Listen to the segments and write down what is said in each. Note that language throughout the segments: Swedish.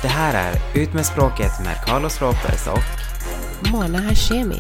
Det här är Ut med språket med Carlos Lopez och Mona Hashemi.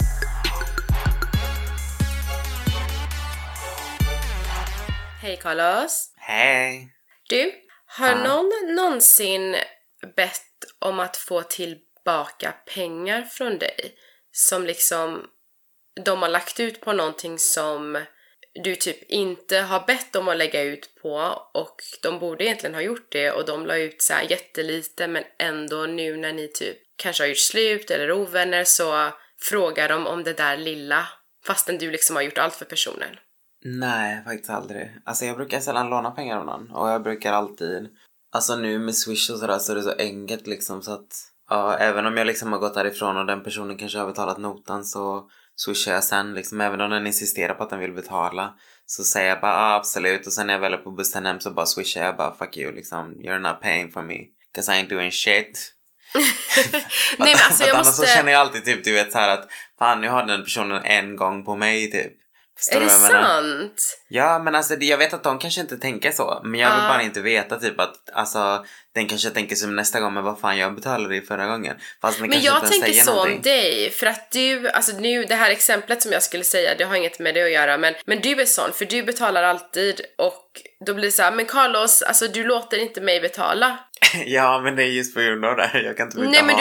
Hej Carlos. hej. Du, har någon någonsin bett om att få tillbaka pengar från dig som liksom de har lagt ut på någonting som du typ inte har bett om att lägga ut på, och de borde egentligen ha gjort det och de la ut så här jättelite, men ändå nu när ni typ kanske har gjort slut eller ovänner så frågar de om det där lilla fastän du liksom har gjort allt för personen? Nej, faktiskt aldrig. Alltså jag brukar sällan låna pengar av någon. Och jag brukar alltid... Alltså nu med Swish och sådär så är det så enkelt liksom så att... Ja, även om jag liksom har gått härifrån och den personen kanske har betalat notan så swishar jag sen liksom. Även om den insisterar på att den vill betala så säger jag bara absolut. Och sen när jag väl är på bussen hem så bara swishar jag bara fuck you liksom. You're not paying for me. 'Cause I ain't doing shit. Nej men alltså jag måste... Så känner jag alltid typ du vet så här att fan nu har den personen en gång på mig typ. Är det sant? Ja, men alltså jag vet att de kanske inte tänker så. Men jag vill bara inte veta typ att alltså, den kanske tänker som nästa gång. Men vad fan, jag betalade det förra gången. Fast men jag tänker så om dig. För att du, alltså nu det här exemplet som jag skulle säga, det har inget med det att göra. Men du är sån, för du betalar alltid. Och då blir det så här, men Carlos, alltså du låter inte mig betala. Ja, men det är just på grund av det. Jag kan inte nej, men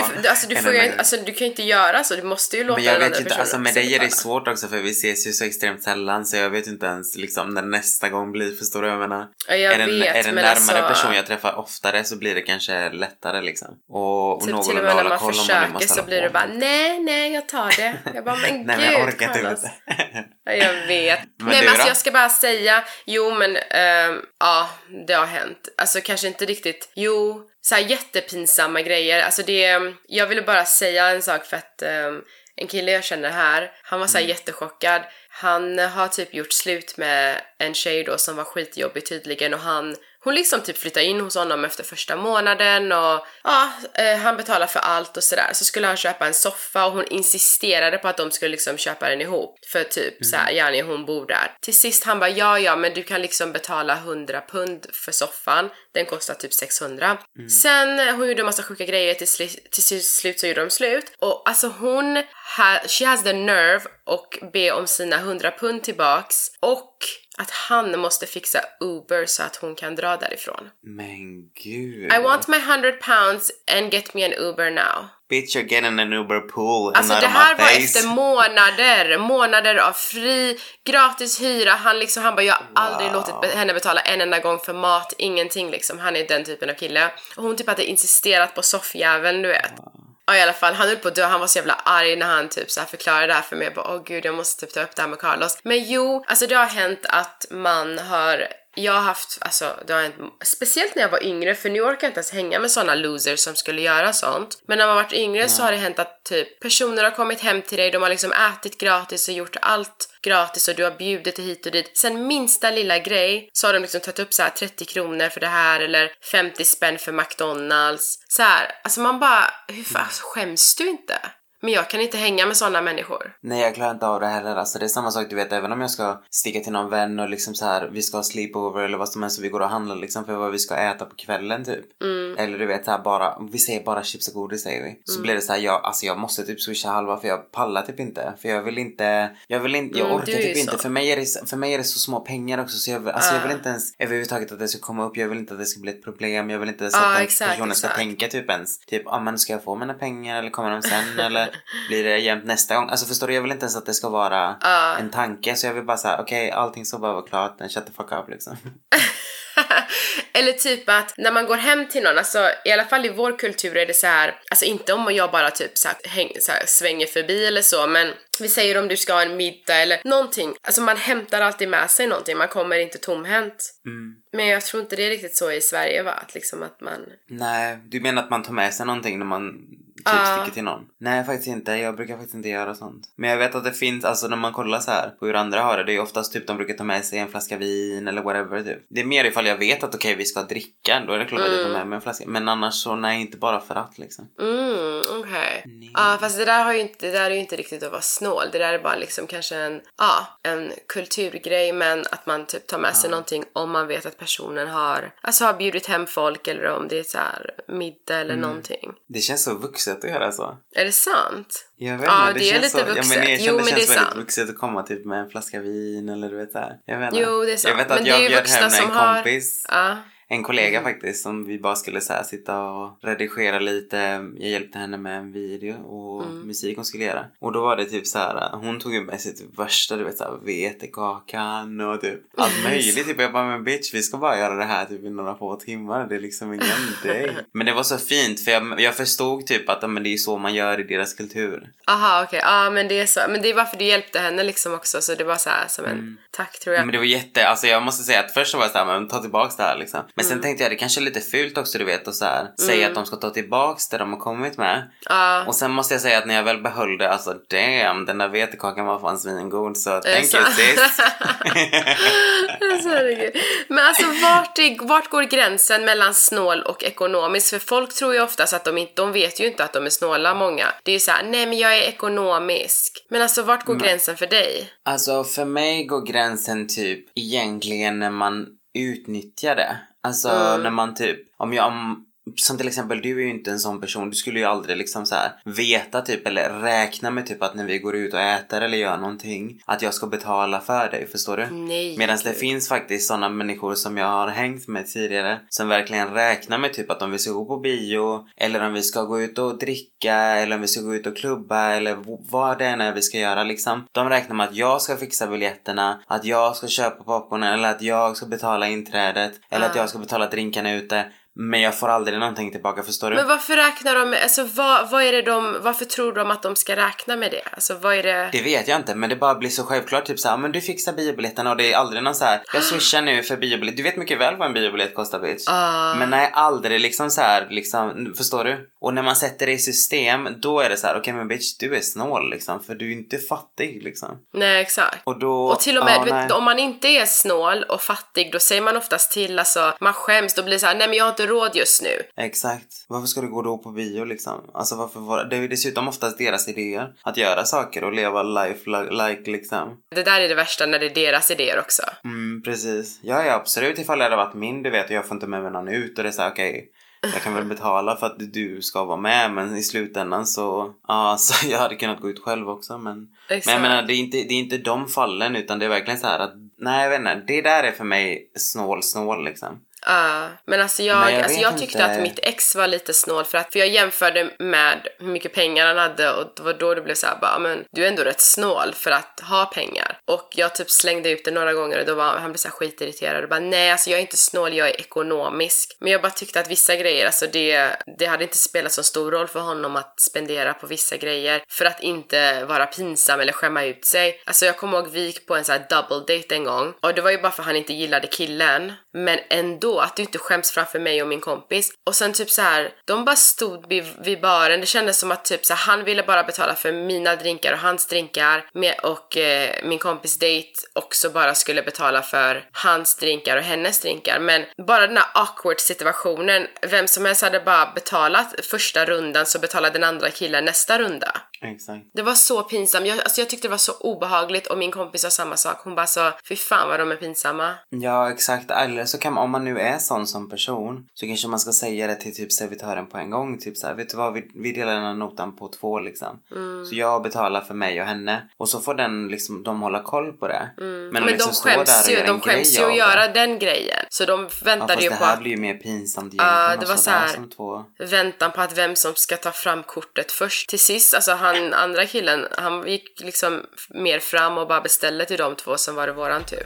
du kan ju inte göra så. Du måste ju låta men jag den vet andra inte, alltså med dig är det betala. svårt också. För vi ses ju så extremt sällan. Så jag vet inte ens liksom när nästa gång blir. Förstår du vad jag menar? Ja, jag vet, är det men närmare alltså... person jag träffar oftare så blir det kanske lättare liksom. Och typ någon till och med när man försöker så blir det bara nej jag tar det. Jag bara men nej, gud, men jag orkar typ inte. Jag vet. Men nej du men alltså då? jag ska bara säga, jo men ja, det har hänt. Alltså kanske inte riktigt, jo, så här jättepinsamma grejer. Alltså jag ville bara säga en sak för att en kille jag känner här, han var så här jättechockad. Han har typ gjort slut med en tjej då som var skitjobbig tydligen, och hon liksom typ flyttade in hos honom efter första månaden och han betalade för allt och sådär. Så skulle han köpa en soffa och hon insisterade på att de skulle liksom köpa den ihop. För typ såhär, Janni hon bor där. Till sist han bara, ja men du kan liksom betala 100 pund för soffan. Den kostar typ 600. Sen hon gjorde en massa sjuka grejer, till slut så gjorde de slut. Och alltså she has the nerve och be om sina 100 pund tillbaks. Och att han måste fixa Uber så att hon kan dra därifrån. Men gud. I want my 100 pounds and get me an Uber now. Bitch, you're getting an Uber pool. Alltså det här var efter månader av fri, gratis hyra. Han bara, jag har aldrig låtit henne betala en enda gång för mat, ingenting liksom. Han är den typen av kille. Och hon typ hade insisterat på soffjäveln, du vet. Ja, i alla fall, han höll på att dö. Han var så jävla arg när han typ så här förklarade det här för mig. Jag bara, gud, jag måste typ ta upp det här med Carlos. Men jo, alltså det har hänt att jag har haft, alltså det har hänt, speciellt när jag var yngre, för nu orkar jag inte ens hänga med såna losers som skulle göra sånt. Men när man varit yngre så har det hänt att typ personer har kommit hem till dig, de har liksom ätit gratis och gjort allt gratis och du har bjudit hit och dit. Sen minsta lilla grej så har de liksom tagit upp så här 30 kronor för det här eller 50 spänn för McDonalds. Så här, alltså man bara, hur fan skäms du inte? Men jag kan inte hänga med sådana människor. Nej, jag klarar inte av det heller. Alltså det är samma sak, du vet, även om jag ska sticka till någon vän och liksom så här, vi ska ha sleepover eller vad som helst, så vi går och handlar liksom för vad vi ska äta på kvällen typ. Eller du vet så här, bara, vi säger bara chips och godis säger vi. Så blir det så här, jag måste typ swisha halva för jag pallar typ inte. För jag orkar typ inte. För mig är det så små pengar också, så jag vill inte ens överhuvudtaget att det ska komma upp. Jag vill inte att det ska bli ett problem. Jag vill inte så att den personen ska tänka typ ens. Typ, men ska jag få mina pengar eller kommer de sen eller blir det jämnt nästa gång? Alltså förstår du, jag vill inte ens att det ska vara en tanke. Så jag vill bara säga, okej, allting så bara vara klart. Den shut the fuck up liksom. Eller typ att när man går hem till någon, alltså i alla fall i vår kultur är det så här, alltså inte om jag bara typ så här svänger förbi eller så, men vi säger om du ska ha en middag eller någonting, alltså man hämtar alltid med sig någonting, man kommer inte tomhänt. Men jag tror inte det är riktigt så i Sverige, va? Att liksom att man... Nej, du menar att man tar med sig någonting när man sticker till någon. Nej, faktiskt inte. Jag brukar faktiskt inte göra sånt. Men jag vet att det finns, alltså när man kollar så här på hur andra har det, det är oftast typ de brukar ta med sig en flaska vin eller whatever typ. Det är mer ifall jag vet att okej, vi ska dricka, då är det klart att jag tar med mig en flaska. Men annars så nej, inte bara för att liksom. Okej. Ja, fast det där är ju inte riktigt att vara snål. Det där är bara liksom kanske en kulturgrej, men att man typ tar med sig någonting om man vet att personen har bjudit hem folk, eller om det är så här middag eller någonting. Det känns så vuxet att göra så. Är det sant? Jag vet Ja, inte, det är lite vuxet. Ja, men det Jo, men det är känns väldigt sant. vuxet att komma typ med en flaska vin eller du vet så här. Jag vet inte. Jo, det är sant. Jag vet att Men det jag är ju bjöd vuxna hem som en har- kompis. Ja. En kollega faktiskt, som vi bara skulle så här, sitta och redigera lite. Jag hjälpte henne med en video och musik hon skulle göra. Och då var det typ så här, hon tog ju med sitt värsta, du vet så här, vetekakan och typ allt möjligt. Typ jag bara, men bitch, vi ska bara göra det här typ i några få timmar. Det är liksom ingen day. Men det var så fint, för jag förstod typ att men det är så man gör i deras kultur. Aha, okej. Ja, men det är så. Men det är varför du hjälpte henne liksom också. Så det var så här som en tack, tror jag. Men det var alltså jag måste säga att först så var det så här, men ta tillbaks det här liksom. Men sen tänkte jag, det kanske är lite fult också, du vet, och så här säga att de ska ta tillbaks det de har kommit med. Och sen måste jag säga att när jag väl behöll det, alltså damn, den där vetekakan var fan svingod, så thank you sis. Alltså, herregud. Men alltså vart går gränsen mellan snål och ekonomisk? För folk tror ju oftast att de vet ju inte att de är snåla, många. Det är ju så här, nej men jag är ekonomisk. Men alltså vart går gränsen för dig? Alltså för mig går gränsen typ egentligen när man utnyttjar det. Alltså när man typ, som till exempel, du är ju inte en sån person. Du skulle ju aldrig liksom så här veta typ, eller räkna med typ att när vi går ut och äter eller gör någonting, att jag ska betala för dig, förstår du? Nej. Medan det finns faktiskt såna människor som jag har hängt med tidigare, som verkligen räknar med typ att om vi ska gå på bio, eller om vi ska gå ut och dricka, eller om vi ska gå ut och klubba, eller vad det än är vi ska göra liksom. De räknar med att jag ska fixa biljetterna, att jag ska köpa popcornen, eller att jag ska betala inträdet, eller att jag ska betala drinkarna ute. Men jag får aldrig någonting tillbaka, förstår du? Men varför räknar de, alltså vad är det varför tror de att de ska räkna med det? Alltså vad är det? Det vet jag inte, men det bara blir så självklart typ såhär, men du fixar biobiljetterna, och det är aldrig någon så här, jag swishar nu för biobiljett. Du vet mycket väl vad en biobiljett kostar, bitch. Men nej, aldrig liksom så här, liksom, förstår du? Och när man sätter det i system, då är det så här, okej, men bitch, du är snål liksom, för du är inte fattig liksom. Nej, exakt. Och till och med, vet, om man inte är snål och fattig, då säger man oftast till, alltså man skäms, då blir det så här, nej men jag har inte råd just nu. Exakt. Varför ska du gå då på bio liksom? Alltså det är ju dessutom oftast deras idéer att göra saker och leva life like liksom. Det där är det värsta, när det är deras idéer också. Precis. Ja, absolut, ifall det hade varit min, du vet, och jag får inte med mig någon ut, och det är såhär, okej, jag kan väl betala för att du ska vara med, men i slutändan så så jag hade kunnat gå ut själv också, men jag menar, det är inte de fallen, utan det är verkligen så här att, nej jag vet inte, det där är för mig snål liksom. Men alltså jag tyckte att mitt ex var lite snål, för jag jämförde med hur mycket pengar han hade, och det var då det blev så här, bara, men du är ändå rätt snål för att ha pengar. Och jag typ slängde ut det några gånger, och då han blev så här skitirriterad och bara, nej alltså jag är inte snål, jag är ekonomisk. Men jag bara tyckte att vissa grejer, alltså det hade inte spelat så stor roll för honom att spendera på vissa grejer för att inte vara pinsam eller skämma ut sig. Alltså jag kommer ihåg, vi gick på en så här double date en gång, och det var ju bara för att han inte gillade killen, men ändå att du inte skäms framför mig och min kompis. Och sen typ så här, de bara stod vid baren. Det kändes som att typ så här, han ville bara betala för mina drinkar och hans drinkar, och min kompis date också bara skulle betala för hans drinkar och hennes drinkar. Men bara den här awkward situationen, vem som helst hade bara betalat första rundan, så betalade den andra killen nästa runda. Exakt. Det var så pinsamt. Jag tyckte det var så obehagligt, och min kompis sa samma sak. Hon bara så, fy fan vad de är pinsamma. Ja, exakt. Eller så kan man, om man nu är sån som person, så kanske man ska säga det till typ servitören på en gång. Typ så här, vet du vad, vi delar den här notan på 2 liksom. Så jag betalar för mig och henne, och så får den liksom, de hålla koll på det. Men liksom de skäms ju att göra den grejen. Så de väntade ju på att... det här blir ju mer pinsamt. Det var så här, väntan på att vem som ska ta fram kortet först. Till sist, alltså andra killen, han gick liksom mer fram och bara beställde till de 2, som var det våran tur.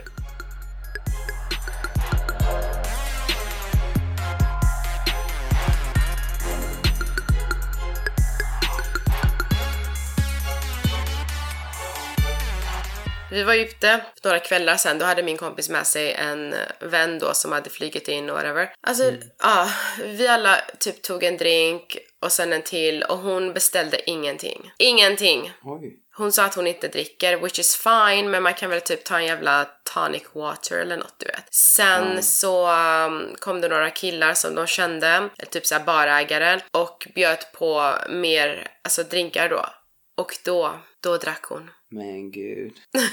vi var ute några kvällar sen. Då hade min kompis med sig en vän då som hade flugit in och whatever. Alltså, vi alla typ tog en drink och sen en till och hon beställde ingenting. Oj. Hon sa att hon inte dricker, which is fine, men man kan väl typ ta en jävla tonic water eller något, du vet. Sen så kom det några killar som de kände, typ såhär barägaren, och bjöd på mer, alltså drinkar då. Och då drack hon. Men gud.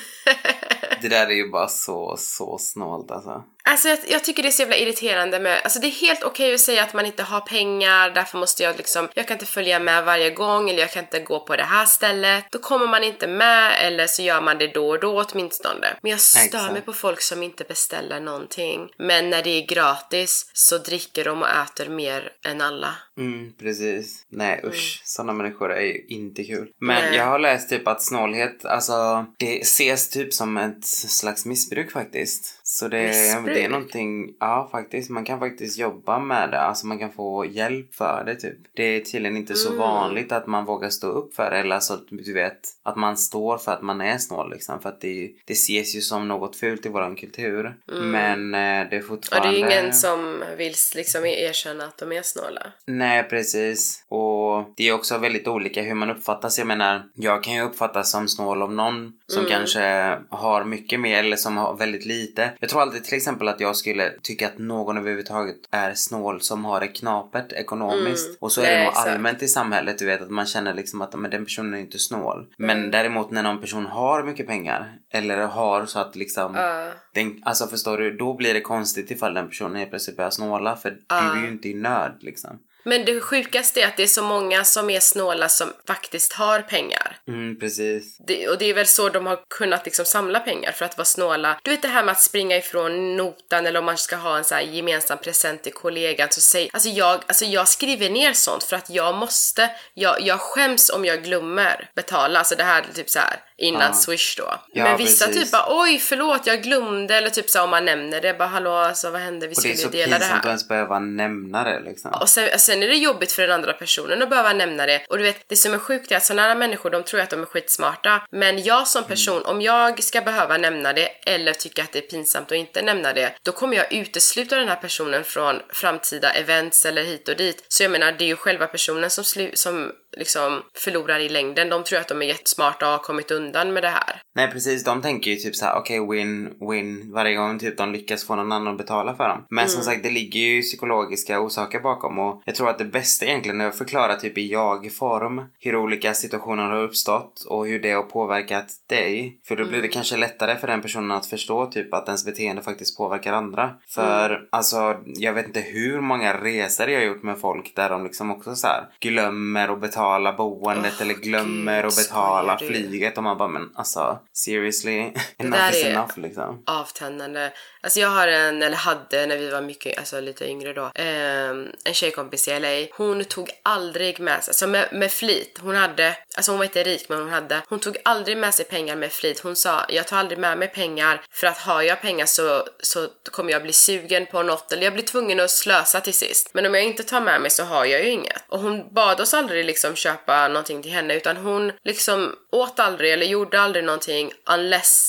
Det där är ju bara så snålt alltså. Alltså jag tycker det är så jävla irriterande med, alltså det är helt okej att säga att man inte har pengar, därför måste jag liksom, jag kan inte följa med varje gång, eller jag kan inte gå på det här stället. Då kommer man inte med, eller så gör man det då och då åtminstone. Men jag stör mig på folk som inte beställer någonting. Men när det är gratis så dricker de och äter mer än alla. Precis. Nej usch, sådana människor är ju inte kul. Men jag har läst typ att snålhet, alltså det ses typ som ett slags missbruk faktiskt. Så det är någonting, ja faktiskt, man kan faktiskt jobba med det. Alltså man kan få hjälp för det typ. Det är tydligen inte så vanligt att man vågar stå upp för det. Eller så att du vet, att man står för att man är snål liksom. För att det ses ju som något fult i våran kultur. Men det är fortfarande... Och det är ingen som vill liksom erkänna att de är snåla. Nej, precis. Och det är också väldigt olika hur man uppfattas. Jag menar, jag kan ju uppfattas som snål av någon som kanske har mycket mer eller som har väldigt lite. Jag tror alltid till exempel att jag skulle tycka att någon överhuvudtaget är snål som har det knapert ekonomiskt. Och så är det nog allmänt i samhället, du vet, att man känner liksom att men den personen är inte snål. Men däremot när någon person har mycket pengar eller har så att liksom alltså förstår du, då blir det konstigt ifall den personen helt plötsligt börjar snåla, för du är ju inte i nöd liksom. Men det sjukaste är att det är så många som är snåla som faktiskt har pengar. Precis. Och det är väl så de har kunnat liksom samla pengar för att vara snåla. Du vet det här med att springa ifrån notan, eller om man ska ha en så här gemensam present till kollegan, så säg, jag skriver ner sånt för att jag måste, jag skäms om jag glömmer betala. Alltså det här typ så här innan Swish då. Ja, men vissa precis. typ bara, oj förlåt jag glömde, eller typ så om man nämner det, bara hallå alltså vad hände, vi skulle dela det här. Och det är så pinsamt att ens behöva nämna det liksom. Och sen är det jobbigt för den andra personen att behöva nämna det. Och du vet, det som är sjukt är att sådana här människor, de tror att de är skitsmarta. Men jag som person, om jag ska behöva nämna det eller tycka att det är pinsamt att inte nämna det, då kommer jag utesluta den här personen från framtida events eller hit och dit. Så jag menar, det är ju själva personen som liksom förlorar i längden. De tror att de är jättesmarta och har kommit undan med det här. Nej precis, de tänker ju typ såhär, okej, win varje gång typ de lyckas få någon annan att betala för dem. Men som sagt, det ligger ju psykologiska orsaker bakom, och jag tror att det bästa egentligen är att förklara typ i jag-form hur olika situationer har uppstått och hur det har påverkat dig. För då blir det kanske lättare för den personen att förstå typ att ens beteende faktiskt påverkar andra. För alltså, jag vet inte hur många resor jag har gjort med folk där de liksom också så här glömmer att betala boendet eller glömmer att betala flyget, och man bara, men alltså seriously, enough is enough liksom. Avtändande. Alltså jag har hade när vi var mycket, alltså lite yngre då, en tjejkompis i LA. Hon tog aldrig med sig, alltså med flit. Hon var inte rik, men hon tog aldrig med sig pengar med flit. Hon sa, jag tar aldrig med mig pengar för att har jag pengar så kommer jag bli sugen på något, eller jag blir tvungen att slösa till sist. Men om jag inte tar med mig så har jag ju inget. Och hon bad oss aldrig liksom köpa någonting till henne, utan hon liksom åt aldrig eller gjorde aldrig någonting unless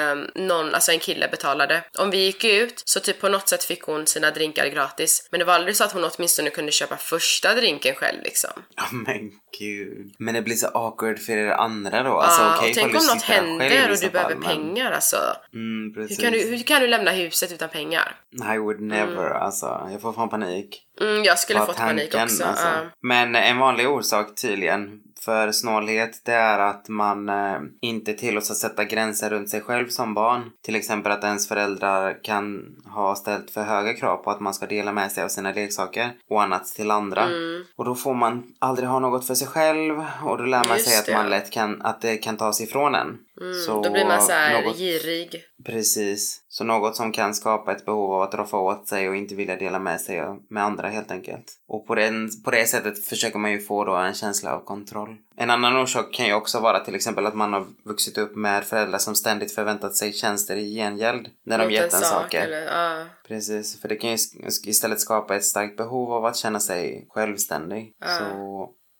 alltså en kille betalade. Om vi gick ut så typ på något sätt fick hon sina drinkar gratis, men det var aldrig så att hon åtminstone kunde köpa första drinken själv liksom. Men gud. Men det blir så awkward för er andra då. Alltså, okay, och tänk om något händer och du behöver pengar alltså. Hur kan du lämna huset utan pengar? I would never, alltså. Jag får fan panik. Jag skulle fått panik också. Alltså. Men en vanlig orsak tydligen för snålhet, det är att man inte tillåts att sätta gränser runt sig själv som barn. Till exempel att ens föräldrar kan ha ställt för höga krav på att man ska dela med sig av sina leksaker och annat till andra. Och då får man aldrig ha något för sig själv, och då lär man sig att man lätt att det kan tas ifrån en. Så då blir man så här girig. Precis. Så något som kan skapa ett behov av att roffa åt sig och inte vilja dela med sig med andra helt enkelt. Och på det sättet försöker man ju få då en känsla av kontroll. En annan orsak kan ju också vara till exempel att man har vuxit upp med föräldrar som ständigt förväntat sig tjänster i gengäld när de gett en saker. Precis, för det kan ju istället skapa ett starkt behov av att känna sig självständig. Så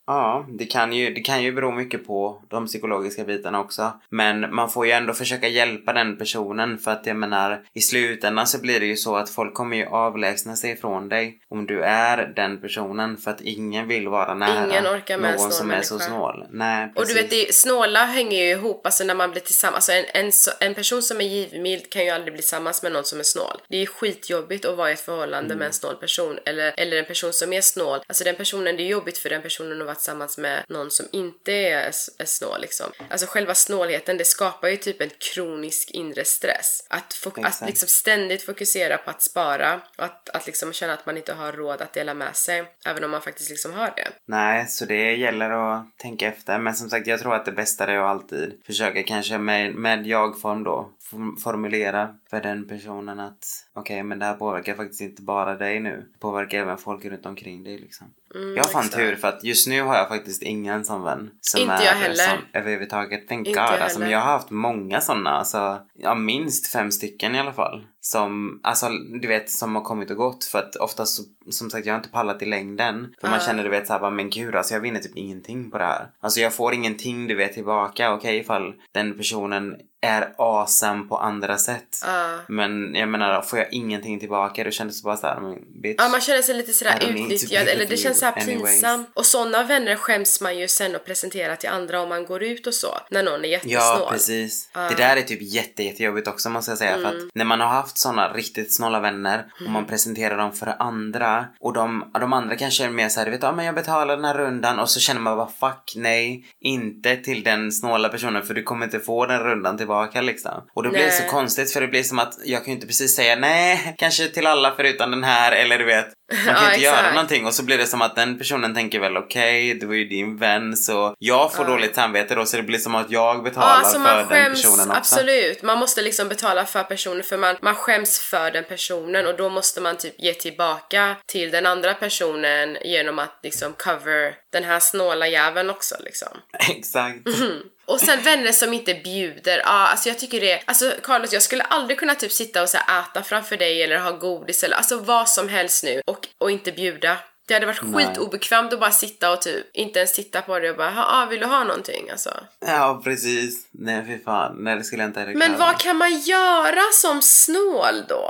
Ja, det kan ju bero mycket på de psykologiska bitarna också. Men man får ju ändå försöka hjälpa den personen, för att jag menar, i slutändan så blir det ju så att folk kommer ju avlägsna sig från dig om du är den personen, för att ingen vill vara nära ingen orkar med någon som är så snål. Nej, precis. Och du vet, snåla hänger ju ihop, alltså när man blir tillsammans, alltså en person som är givmild kan ju aldrig bli tillsammans med någon som är snål. Det är ju skitjobbigt att vara i ett förhållande med en snål person, eller en person som är snål. Alltså den personen, det är jobbigt för den personen att vara tillsammans med någon som inte är snål liksom. Alltså själva snålheten, det skapar ju typ en kronisk inre stress. Att liksom ständigt fokusera på att spara och att liksom känna att man inte har råd att dela med sig, även om man faktiskt liksom har det. Nej, så det gäller att tänka efter. Men som sagt, jag tror att det bästa är att alltid försöka kanske med jag-form då formulera för den personen att okej, men det här påverkar faktiskt inte bara dig nu. Det påverkar även folk runt omkring dig liksom. Jag har fan tur, för att just nu har jag faktiskt ingen sån vän som inte är jag heller. som överhuvudtaget. Thank inte God. jag Alltså, men heller. jag har haft många såna, alltså, ja, minst 5 stycken i alla fall. Som, alltså du vet, som har kommit och gått. För att oftast, som sagt, jag har inte pallat i längden. För man känner, du vet, såhär, men gud, alltså jag vinner typ ingenting på det här. Alltså jag får ingenting, du vet, tillbaka. Okej, ifall den personen är awesome på andra sätt. Men jag menar, får jag ingenting tillbaka, då kändes det bara såhär, men bitch. Ja, man känner sig lite sådär I don't need to utnyttjad, be eller with det känns såhär you anyways. pinsam. Och sådana vänner skäms man ju sen att presentera till andra om man går ut och så, när någon är jättesnål. Ja, precis. Det där är typ jättejobbigt också, måste jag säga. För att när man har haft såna riktigt snåla vänner och man presenterar dem för andra, och de andra kanske är mer såhär, du vet, ja men jag betalar den här rundan, och så känner man bara, fuck nej, inte till den snåla personen, för du kommer inte få den rundan tillbaka liksom. Och då blir det så konstigt, för det blir som att jag kan ju inte precis säga nej, kanske till alla förutom den här, eller du vet, man kan inte göra någonting, och så blir det som att den personen tänker väl, okej, det var ju din vän, så jag får dåligt samvete då, så det blir som att jag betalar alltså för den personen också. Absolut, man måste liksom betala för personen, för man skäms för den personen, och då måste man typ ge tillbaka till den andra personen genom att liksom cover den här snåla jäveln också liksom. Exakt. Och sen vänner som inte bjuder. Alltså jag tycker det. Alltså Carlos, jag skulle aldrig kunna typ sitta och så här, äta framför dig eller ha godis eller alltså vad som helst nu och inte bjuda. Det hade varit skitobekvämt att bara sitta och typ inte ens titta på det och bara, vill du ha någonting alltså? Ja, precis. Nej, fy fan. Nej, det skulle jag inte heller Men klara. vad kan man göra som snål då?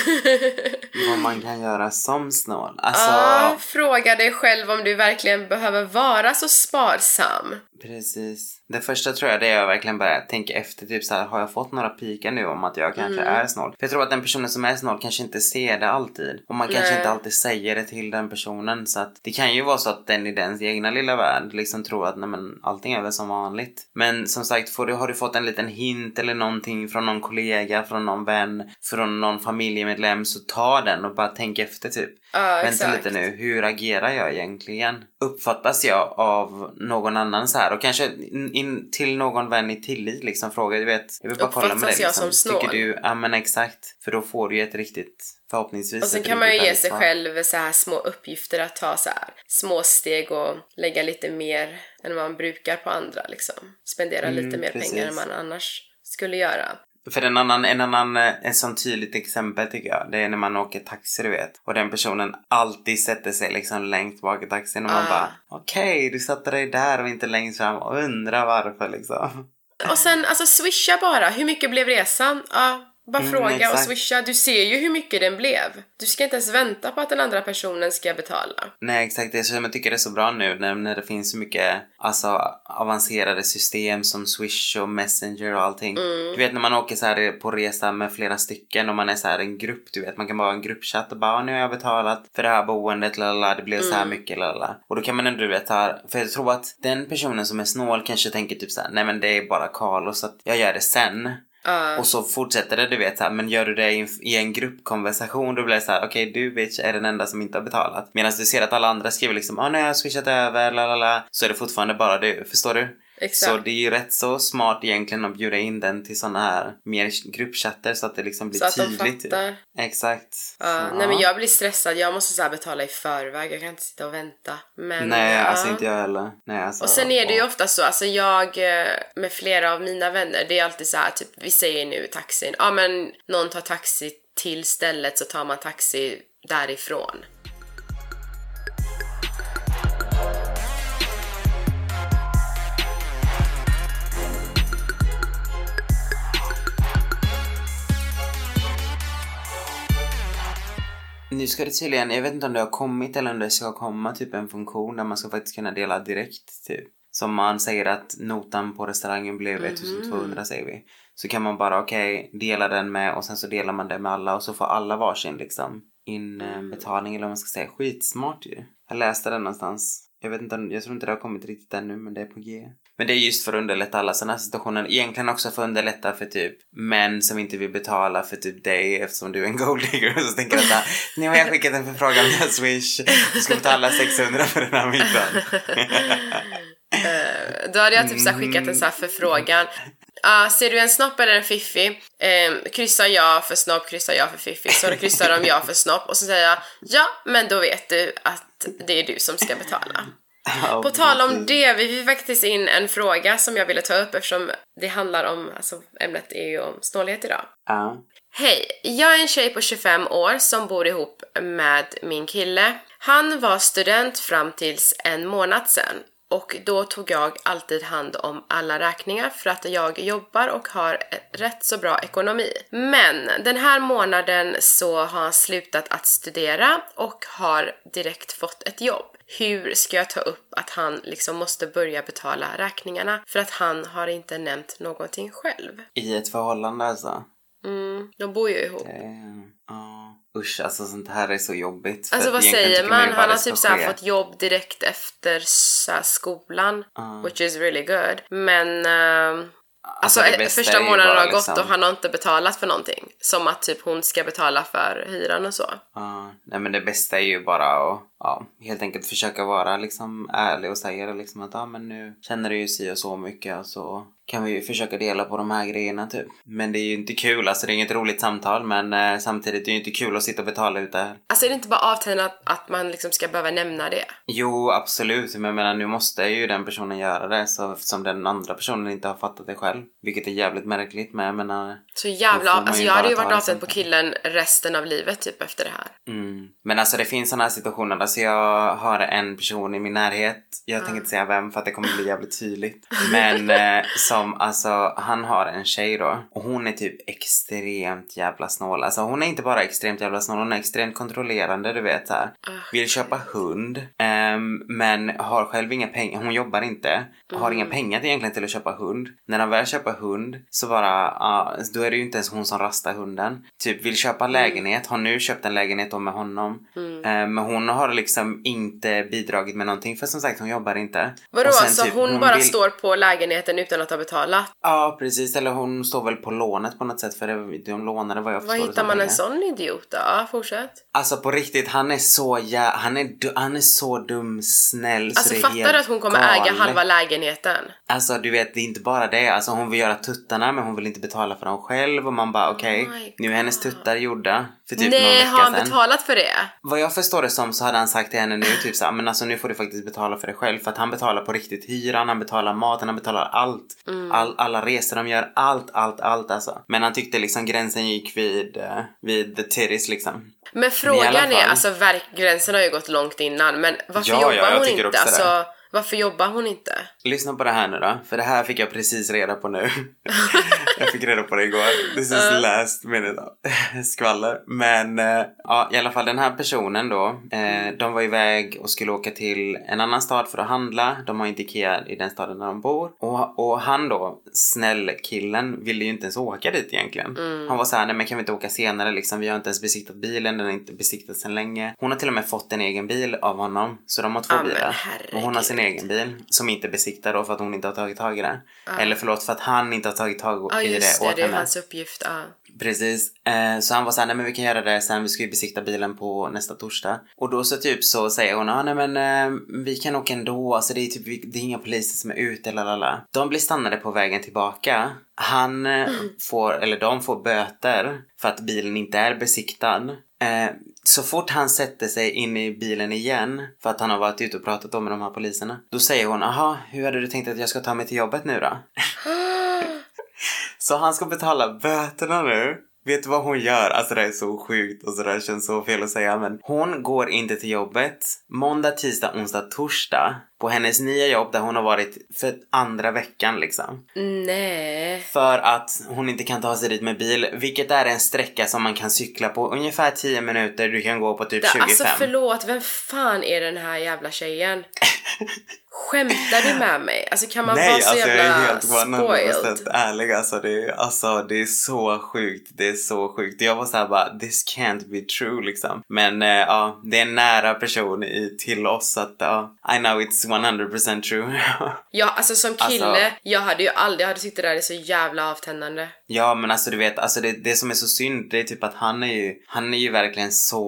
Vad man kan göra som snål. Alltså... fråga dig själv om du verkligen behöver vara så sparsam. Precis. Det första tror jag, det är jag verkligen bara tänka efter, typ så här, har jag fått några pikar nu om att jag kanske är snål? För jag tror att den personen som är snål kanske inte ser det alltid. Och man kanske inte alltid säger det till den personen. Så att det kan ju vara så att den i dens egna lilla värld liksom tror att nej, men allting är väl som vanligt. Men som sagt, har du fått en liten hint eller någonting från någon kollega, från någon vän, från någon familjemedlem, så ta den och bara tänk efter typ. Vänta lite nu, hur agerar jag egentligen? Uppfattas jag av någon annan så här? Och kanske in till någon vän i tillit liksom fråga, du vet, jag vill bara kolla med dig liksom. Jag som snål? Tycker du, ja men exakt, för då får du ju ett riktigt, förhoppningsvis. Och sen kan man ju ge sig själv så här små uppgifter att ta, så här små steg och lägga lite mer än man brukar på andra liksom. Spendera lite mer pengar än man annars skulle göra. För en sån tydligt exempel tycker jag, det är när man åker taxi, du vet. Och den personen alltid sätter sig liksom längst bak i taxin och man bara, okej, du satte dig där och inte längst fram, och undrar varför liksom. Och sen, alltså swisha bara, hur mycket blev resan? Bara fråga exakt. och swisha. Du ser ju hur mycket den blev. Du ska inte ens vänta på att den andra personen ska betala. Nej, exakt. Det är så jag tycker det är så bra nu när det finns så mycket alltså, avancerade system som Swish och Messenger och allting. Du vet när man åker så här på resa med flera stycken och man är så här en grupp, du vet. Man kan bara ha en gruppchatt och bara, nu har jag betalat för det här boendet, lalala, det blev så här mycket, lalala. Och då kan man ändå, du vet, för jag tror att den personen som är snål kanske tänker typ så här, nej men det är bara Carlos, så att jag gör det sen. Och så fortsätter det, du vet så här, men gör du det i en gruppkonversation, då blir det så här, okej, du bitch är den enda som inte har betalat. Medan du ser att alla andra skriver liksom, nu har jag swishat över, lalala, så är det fortfarande bara du, förstår du? Exakt. Så det är ju rätt så smart egentligen att bjuda in den till såna här mer gruppchatter så att det liksom blir så att tydligt. de fattar. Exakt. Nej men jag blir stressad, jag måste så här betala i förväg, jag kan inte sitta och vänta. Men, nej, alltså inte jag heller. Nej, alltså, och sen är det ju ofta så, alltså jag med flera av mina vänner, det är alltid så här, typ vi säger nu taxin, men någon tar taxi till stället, så tar man taxi därifrån. Nu ska det tydligen, jag vet inte om det har kommit eller om det ska komma typ en funktion där man ska faktiskt kunna dela direkt typ. Som man säger att notan på restaurangen blev 1200 säger vi. Så kan man bara dela den med och sen så delar man det med alla och så får alla varsin liksom inbetalning eller vad man ska säga. Skitsmart ju. Jag läste den någonstans. Jag tror inte det har kommit riktigt ännu men det är på G. Men det är just för att underlätta alla sådana här situationer. Egentligen också för att underlätta för typ män som inte vill betala för typ dig eftersom du är en golddigger. Så tänker jag att nu har jag skickat en förfrågan via Swish. Du ska betala 600 för den här middagen. Då hade jag typ så här skickat en så här förfrågan. Ser du en snopp eller en fiffi? Kryssar jag för snopp, kryssar jag för fiffi. Så då kryssar de jag för snopp. Och så säger jag, ja, men då vet du att det är du som ska betala. På tal om det, vi fick faktiskt in en fråga som jag ville ta upp eftersom det handlar om, alltså ämnet är ju om snålhet idag. Hej, jag är en tjej på 25 år som bor ihop med min kille. Han var student fram tills en månad sedan. Och då tog jag alltid hand om alla räkningar för att jag jobbar och har rätt så bra ekonomi. Men den här månaden så har han slutat att studera och har direkt fått ett jobb. Hur ska jag ta upp att han liksom måste börja betala räkningarna för att han har inte nämnt någonting själv? I ett förhållande alltså? De bor ju ihop. Usch, alltså sånt här är så jobbigt. Alltså vad säger man? Han har typ så här fått jobb direkt efter skolan. Which is really good. Men alltså första månaden har gått och han har inte betalat för någonting. Som att typ hon ska betala för hyran och så. Nej men det bästa är ju bara att helt enkelt försöka vara liksom ärlig och säga det liksom att men nu känner du ju sig och så mycket och så kan vi ju försöka dela på de här grejerna typ. Men det är ju inte kul, alltså det är inget roligt samtal men samtidigt är det ju inte kul att sitta och betala ut det här. Alltså är det inte bara avtänat att man liksom ska behöva nämna det? Jo, absolut. Men jag menar, nu måste ju den personen göra det så som den andra personen inte har fattat det själv. Vilket är jävligt märkligt men jag menar... Så jävla... Alltså jag hade ju varit avtänd på killen resten av livet typ efter det här. Men alltså det finns sådana här situationer där så jag har en person i min närhet. Jag tänker inte säga vem för att det kommer bli jävligt tydligt. Men som alltså han har en tjej då. Och hon är typ extremt jävla snål. Alltså hon är inte bara extremt jävla snål. Hon är extremt kontrollerande, du vet så här. Vill köpa hund. Men har själv inga pengar. Hon jobbar inte. Har inga pengar egentligen till att köpa hund. När han väl köper hund så bara då är det ju inte ens hon som rastar hunden. Typ vill köpa lägenhet. Har nu köpt en lägenhet då med honom. Men hon har liksom inte bidragit med någonting. För som sagt hon jobbar inte. Vadå alltså typ, hon bara står på lägenheten utan att ha betalat? Ja precis. Eller hon står väl på lånet på något sätt. För de lånade vad jag förstår. Vad hittar man en sån idiot då? Ja, fortsätt. Alltså på riktigt han är så han är så dum snäll. Alltså så fattar du att hon kommer äga halva lägenheten? Alltså du vet det är inte bara det. Alltså hon vill göra tuttarna men hon vill inte betala för dem själv. Och man bara okej, nu är hennes tuttar gjorda. För typ nej, har han betalat för det? Vad jag förstår det som så hade han sagt till henne nu typ så men alltså nu får du faktiskt betala för det själv. För att han betalar på riktigt hyran, han betalar maten, han betalar allt. Alla resor de gör, allt alltså. Men han tyckte liksom gränsen gick vid the titties liksom. Men frågan är, alltså gränsen har ju gått långt innan. Men varför jobbar hon inte? Alltså, varför jobbar hon inte? Lyssna på det här nu då. För det här fick jag precis reda på nu. Jag fick reda på det igår. This is last minute. Skvaller. Men i alla fall den här personen då. De var iväg och skulle åka till en annan stad för att handla. De har inte Ikea i den staden där de bor. Och han då, snäll killen, ville ju inte ens åka dit egentligen. Han var så här, nej men kan vi inte åka senare liksom. Vi har inte ens besiktat bilen. Den har inte besiktat sedan länge. Hon har till och med fått en egen bil av honom. Så de har 2 bilar. Och hon har sin egen bil som inte besiktar då för att hon inte har tagit tag i det. Eller förlåt, för att han inte har tagit tag i det åt henne. Det är hans uppgift. Precis. Så han var såhär, nej men vi kan göra det sen, vi ska ju besikta bilen på nästa torsdag. Och då så typ så säger hon, nej men vi kan åka ändå, alltså det är typ, det är inga poliser som är ute, lalala. De blir stannade på vägen tillbaka. De får böter för att bilen inte är besiktad. Så fort han sätter sig in i bilen igen, för att han har varit ute och pratat med de här poliserna, då säger hon, hur hade du tänkt att jag ska ta mig till jobbet nu då? Så han ska betala böterna nu. Vet du vad hon gör? Alltså det är så sjukt och så där känns så fel att säga. Men hon går inte till jobbet måndag, tisdag, onsdag, torsdag på hennes nya jobb där hon har varit för andra veckan liksom. Nej. För att hon inte kan ta sig dit med bil, vilket är en sträcka som man kan cykla på ungefär 10 minuter. Du kan gå på typ 25. Alltså förlåt, vem fan är den här jävla tjejen? Skämtar du med mig? Alltså kan man vara så jävla jag är helt spoiled? ärlig. Det är så sjukt. Det är så sjukt. Jag var såhär bara, this can't be true liksom. Men ja, det är en nära person till oss. Så att I know it's 100% true. Ja, alltså som kille, jag hade ju aldrig tyckt det där är så jävla avtändande. Ja, men alltså du vet, alltså det som är så synd, det är typ att han är ju verkligen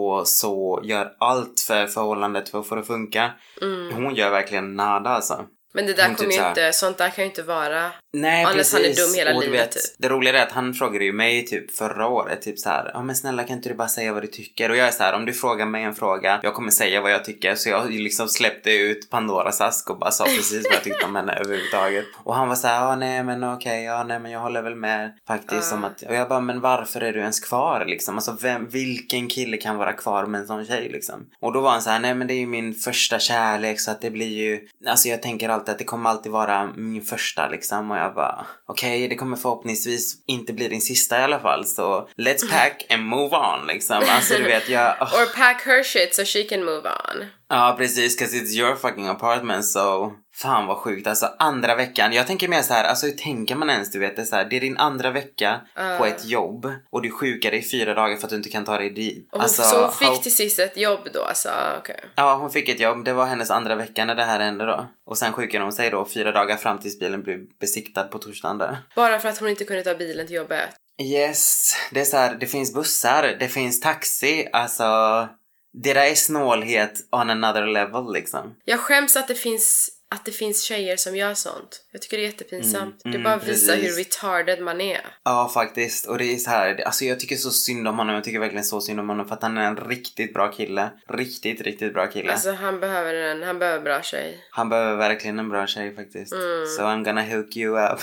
så gör allt för förhållandet för att få det att funka. Hon gör verkligen nada alltså. Men det där kommer ju inte, sånt där kan ju inte vara. Nej, annars precis. Han är dum hela livet vet, typ. Det roliga är att han frågade ju mig typ förra året typ så här: ja men snälla kan inte du bara säga vad du tycker? Och jag är så här: om du frågar mig en fråga, jag kommer säga vad jag tycker. Så jag liksom släppte ut Pandoras ask och bara sa precis vad jag tyckte om henne överhuvudtaget. Och han var så här: ja nej men okej, men jag håller väl med faktiskt om att. Och jag bara, men varför är du ens kvar liksom? Alltså vilken kille kan vara kvar med en sån tjej liksom? Och då var han så här: nej men det är ju min första kärlek, så att det blir ju, alltså jag tänker alltid att det kommer alltid vara min första liksom. Och jag bara, okej, det kommer förhoppningsvis inte bli din sista i alla fall. Så let's pack and move on liksom. Alltså du vet, Or pack her shit so she can move on. Ja, precis, 'cause it's your fucking apartment, so fan vad sjukt. Alltså andra veckan, jag tänker mer så här, alltså hur tänker man ens, du vet, det är så här, det är din andra vecka på ett jobb och du sjukar dig 4 dagar för att du inte kan ta dig dit. Och alltså, så hon fick till sist ett jobb då, alltså okej. Ja, hon fick ett jobb, det var hennes andra vecka när det här hände då. Och sen sjukade hon sig då 4 dagar fram tills bilen blev besiktad på torsdagen där. Bara för att hon inte kunde ta bilen till jobbet? Yes, det är så här, det finns bussar, det finns taxi, alltså det där är snålhet on another level liksom. Jag skäms att det finns tjejer som gör sånt. Jag tycker det är jättepinsamt. Det bara visar hur retarded man är. Ja, faktiskt. Och det är så här, alltså jag tycker så synd om honom. Jag tycker verkligen så synd om honom för att han är en riktigt bra kille. Riktigt bra kille. Alltså han behöver bra tjej. Han behöver verkligen en bra tjej faktiskt. So I'm gonna hook you up.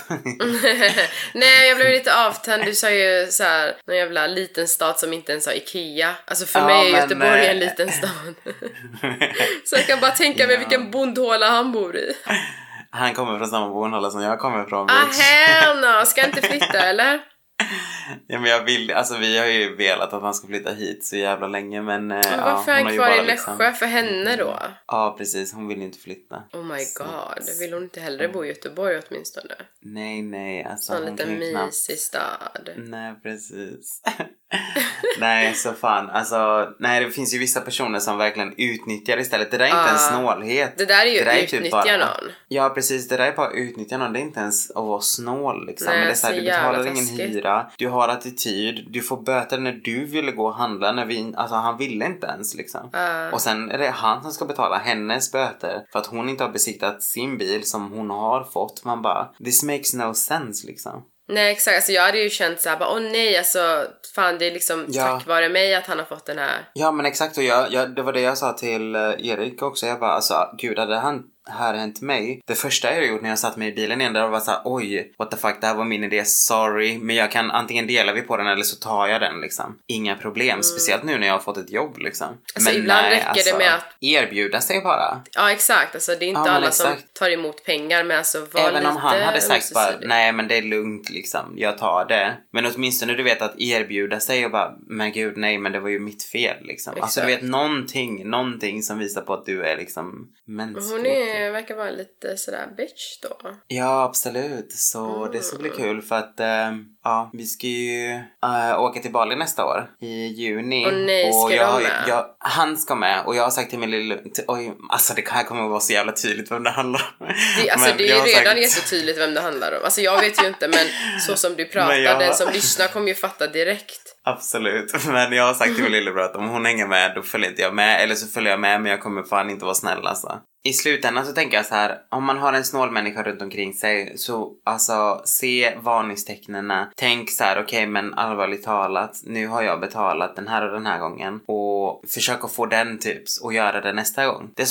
Nej, jag blev lite avtänd. Du sa ju så här, någon jävla liten stad som inte ens har Ikea. Alltså för mig är Göteborg en liten stad. Så jag kan bara tänka mig vilken bondhåla han bor i. Han kommer från samma bondhåla som jag kommer från. Hell no, ska inte flytta eller? Ja, men jag vill, alltså vi har ju velat att han ska flytta hit så jävla länge, men varför är han kvar i Nässjö för henne då? Ja, precis, hon vill inte flytta. Oh my god, vill hon inte hellre bo i Göteborg åtminstone? Nej, alltså en liten mysig stad. Nej, precis. Nej, så fan, alltså nej, det finns ju vissa personer som verkligen utnyttjar istället. Det där är inte en snålhet. Det där är ju det utnyttja typ någon. Ja, precis, det där är bara utnyttja någon. Det är inte ens att vara snål liksom. Nej, men det är så här, du betalar ingen taskigt. hyra, du har attityd, du får böter när du ville gå och handla, alltså han ville inte ens liksom. Och sen är det han som ska betala hennes böter för att hon inte har besiktat sin bil som hon har fått. Man bara, this makes no sense liksom. Nej, exakt. Alltså jag hade ju känt såhär, åh nej, alltså fan det är liksom tack vare mig att han har fått den här. Ja, men exakt. Och det var det jag sa till Erik också. Jag bara, alltså gud, hade han här hänt mig. Det första jag gjort när jag satt mig i bilen igen, där var så här, oj, what the fuck, det här var min idé, sorry. Men jag kan, antingen delar vi på den eller så tar jag den liksom. Inga problem, speciellt nu när jag har fått ett jobb liksom. Alltså men ibland räcker det med att erbjuda sig bara. Ja, exakt. Alltså det är inte alla som tar emot pengar, men alltså var även lite om han hade sagt bara, nej men det är lugnt liksom, jag tar det. Men åtminstone du vet att erbjuda sig och bara, men gud nej, men det var ju mitt fel liksom. Exakt. Alltså du vet någonting som visar på att du är liksom mänsklig. Verkar vara lite sådär bitch då. Ja, absolut. Så det ska bli kul för att vi ska ju åka till Bali nästa år i juni. Och nej, ska de med? Han ska med och jag har sagt till min lilla... Oj, alltså det här kommer att vara så jävla tydligt vem det handlar om. Det är ju redan jättetydligt vem det handlar om. Alltså jag vet ju inte, men så som du pratar, den som lyssnar kommer ju fatta direkt. Absolut, men jag har sagt till min lillebror att om hon hänger med då följer inte jag med, eller så följer jag med men jag kommer fan inte vara snäll alltså. I slutändan så tänker jag så här, om man har en snål människa runt omkring sig så alltså se varningstecknena. Tänk så här, okej, men allvarligt talat, nu har jag betalat den här och den här gången och försök att få den tips och göra det nästa gång. Det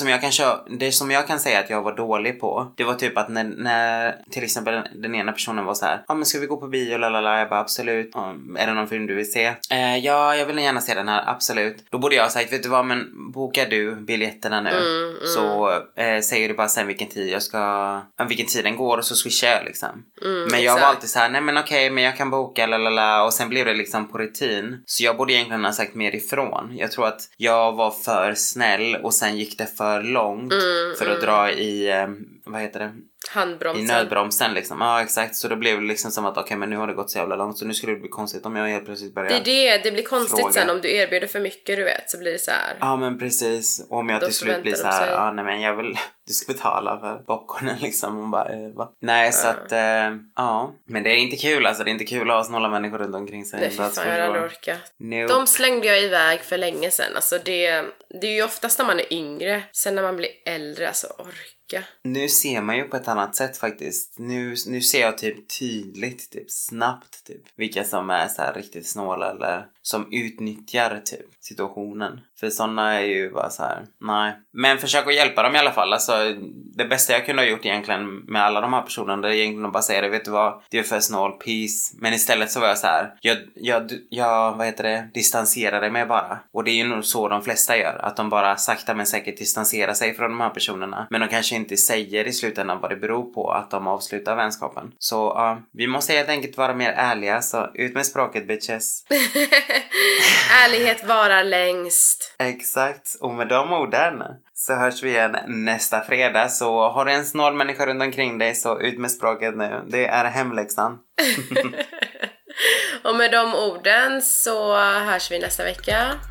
som jag kan säga att jag var dålig på, det var typ att när till exempel den ena personen var så här, men ska vi gå på bio, lalala, jag bara absolut. Är det någon film du vill se? Ja, jag vill gärna se den här, absolut. Då borde jag ha sagt, vet du vad, men bokar du biljetterna nu så säger du bara sen vilken tid den går och så swishar jag liksom. Men jag var alltid så här, nej men okej, men jag kan boka lalala, och sen blev det liksom på rutin. Så jag borde egentligen ha sagt mer ifrån. Jag tror att jag var för snäll och sen gick det för långt för att dra i, vad heter det? Handbromsen. I nödbromsen liksom. Ja, exakt. Så då blev det liksom som att okej, men nu har det gått så jävla långt, så nu skulle det bli konstigt om jag helt plötsligt börjar det blir konstigt fråga. Sen om du erbjuder för mycket, du vet, så blir det så här. Ja, men precis. Och om jag till slut blir så här, ja nej men jag vill, du ska betala för popcornen liksom. Och bara, va? Nej, så att, ja. Men det är inte kul, alltså det är inte kul att ha snåla människor runt omkring sig. Nej, fy fan, jag hade orkat. Nope. De slängde jag iväg för länge sedan. Alltså det är ju oftast när man är yngre. Sen när man blir äldre, alltså orka. Nu ser man ju på ett annat sätt faktiskt. Nu ser jag typ tydligt, typ snabbt typ, vilka som är så här riktigt snåla eller som utnyttjar typ situationen. För sådana är ju bara så här, nej. Men försök att hjälpa dem i alla fall. Alltså, det bästa jag kunde ha gjort egentligen med alla de här personerna, det är egentligen att bara säga det, vet du vad, det är för snål, peace. Men istället så var jag så här, jag vad heter det, distanserade mig bara. Och det är ju nog så de flesta gör, att de bara sakta men säkert distanserar sig från de här personerna. Men de kanske inte säger i slutändan vad det beror på att de avslutar vänskapen. Så vi måste helt enkelt vara mer ärliga, så ut med språket, bitches. Ärlighet varar längst. Exakt, och med de orden så hörs vi igen nästa fredag. Så har du en snål människa runt omkring dig, så ut med språket nu. Det är hemläxan. Och med de orden så hörs vi nästa vecka.